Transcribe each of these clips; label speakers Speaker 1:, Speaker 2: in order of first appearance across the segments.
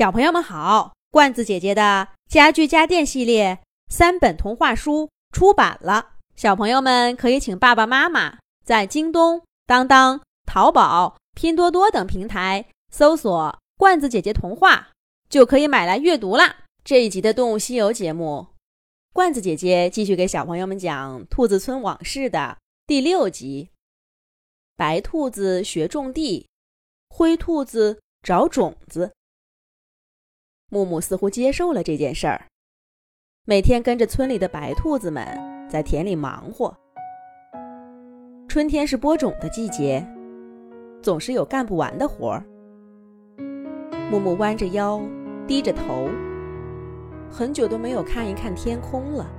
Speaker 1: 小朋友们好，罐子姐姐的家具家电系列3本童话书出版了，小朋友们可以请爸爸妈妈在京东、当当、淘宝、拼多多等平台搜索罐子姐姐童话，就可以买来阅读啦。这一集的动物西游节目，罐子姐姐继续给小朋友们讲兔子村往事的第6集，白兔子学种地，灰兔子找种子。木木似乎接受了这件事儿，每天跟着村里的白兔子们在田里忙活。春天是播种的季节，总是有干不完的活儿。木木弯着腰，低着头，很久都没有看一看天空了。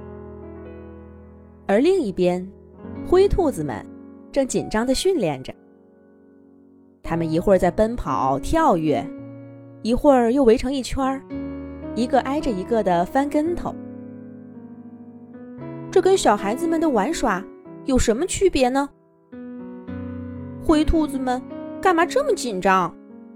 Speaker 1: 而另一边，灰兔子们正紧张地训练着，他们一会儿在奔跑跳跃，一会儿又围成一圈，一个挨着一个的翻跟头。这跟小孩子们的玩耍有什么区别呢？灰兔子们干嘛这么紧张？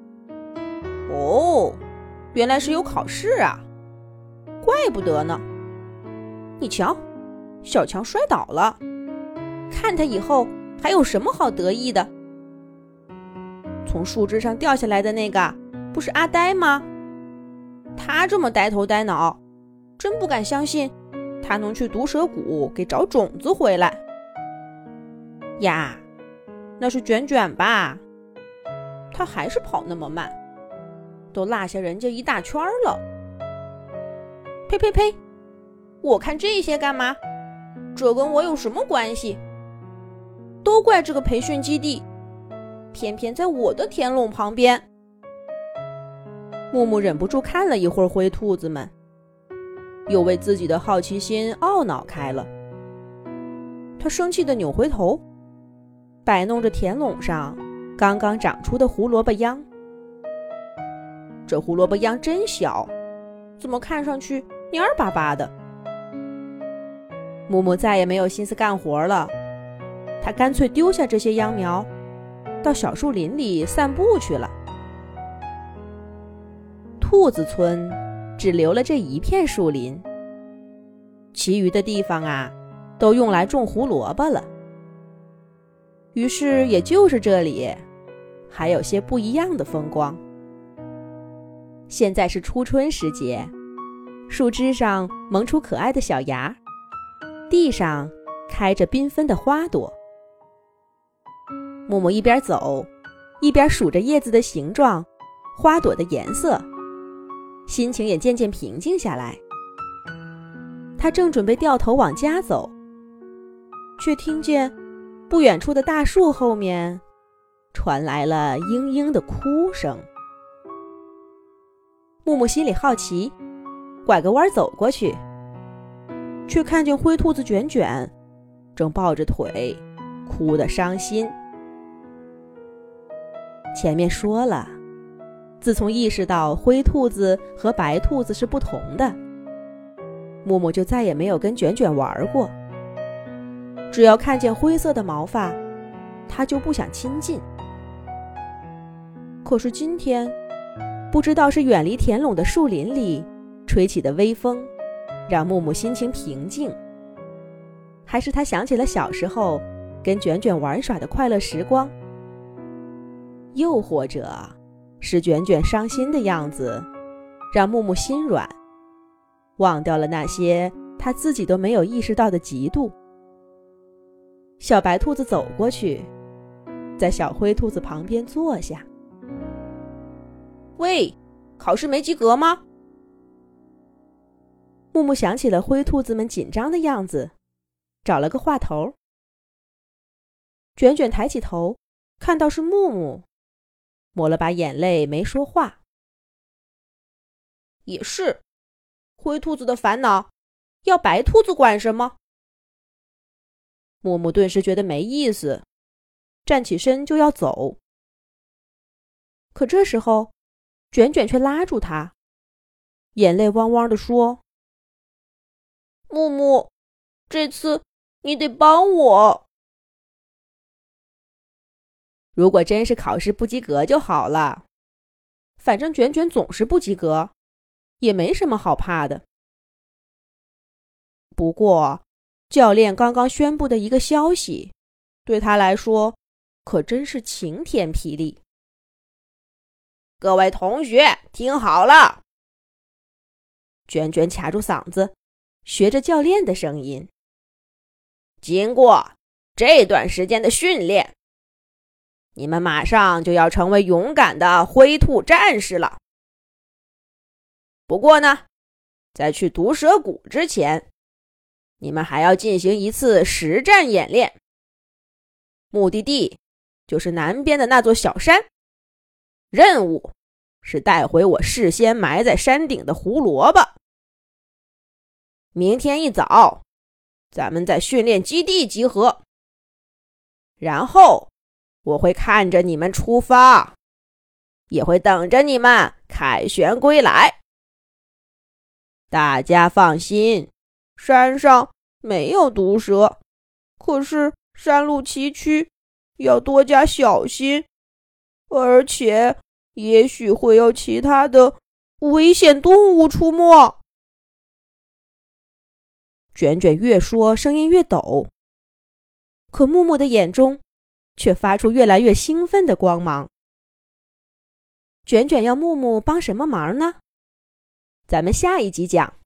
Speaker 1: 哦，原来是有考试啊，怪不得呢。你瞧，小强摔倒了，看他以后还有什么好得意的？从树枝上掉下来的那个不是阿呆吗？他这么呆头呆脑，真不敢相信他能去毒蛇谷给找种子回来。呀，那是卷卷吧？他还是跑那么慢，都落下人家一大圈了。呸呸呸，我看这些干嘛？这跟我有什么关系？都怪这个培训基地，偏偏在我的田垄旁边。木木忍不住看了一会儿灰兔子们，又为自己的好奇心懊恼开了。他生气地扭回头，摆弄着田垄上刚刚长出的胡萝卜秧。这胡萝卜秧真小，怎么看上去蔫儿巴巴的？木木再也没有心思干活了，他干脆丢下这些秧苗，到小树林里散步去了。兔子村只留了这一片树林，其余的地方啊，都用来种胡萝卜了。于是也就是这里还有些不一样的风光。现在是初春时节，树枝上萌出可爱的小芽，地上开着缤纷的花朵。木木一边走，一边数着叶子的形状，花朵的颜色，心情也渐渐平静下来。他正准备掉头往家走，却听见不远处的大树后面传来了嘤嘤的哭声。木木心里好奇，拐个弯走过去，却看见灰兔子卷卷正抱着腿，哭得伤心。前面说了，自从意识到灰兔子和白兔子是不同的，木木就再也没有跟卷卷玩过。只要看见灰色的毛发，他就不想亲近。可是今天，不知道是远离田垄的树林里吹起的微风让木木心情平静，还是他想起了小时候跟卷卷玩耍的快乐时光，又或者是卷卷伤心的样子让木木心软，忘掉了那些他自己都没有意识到的嫉妒。小白兔子走过去，在小灰兔子旁边坐下。喂，考试没及格吗？木木想起了灰兔子们紧张的样子，找了个话头。卷卷抬起头，看到是木木，抹了把眼泪没说话。也是，灰兔子的烦恼，要白兔子管什么？木木顿时觉得没意思，站起身就要走。可这时候，卷卷却拉住他，眼泪汪汪地说：木木，这次你得帮我。如果真是考试不及格就好了， 反正卷卷总是不及格，也没什么好怕的。不过，教练刚刚宣布的一个消息，对他来说可真是晴天霹雳。各位同学，听好了！卷卷卡住嗓子，学着教练的声音。经过这段时间的训练，你们马上就要成为勇敢的灰兔战士了。不过呢，在去毒蛇谷之前，你们还要进行一次实战演练。目的地就是南边的那座小山，任务是带回我事先埋在山顶的胡萝卜。明天一早，咱们在训练基地集合，然后我会看着你们出发，也会等着你们凯旋归来。大家放心，山上没有毒蛇，可是山路崎岖，要多加小心，而且也许会有其他的危险动物出没。卷卷越说声音越抖，可木木的眼中却发出越来越兴奋的光芒。卷卷要木木帮什么忙呢？咱们下一集讲。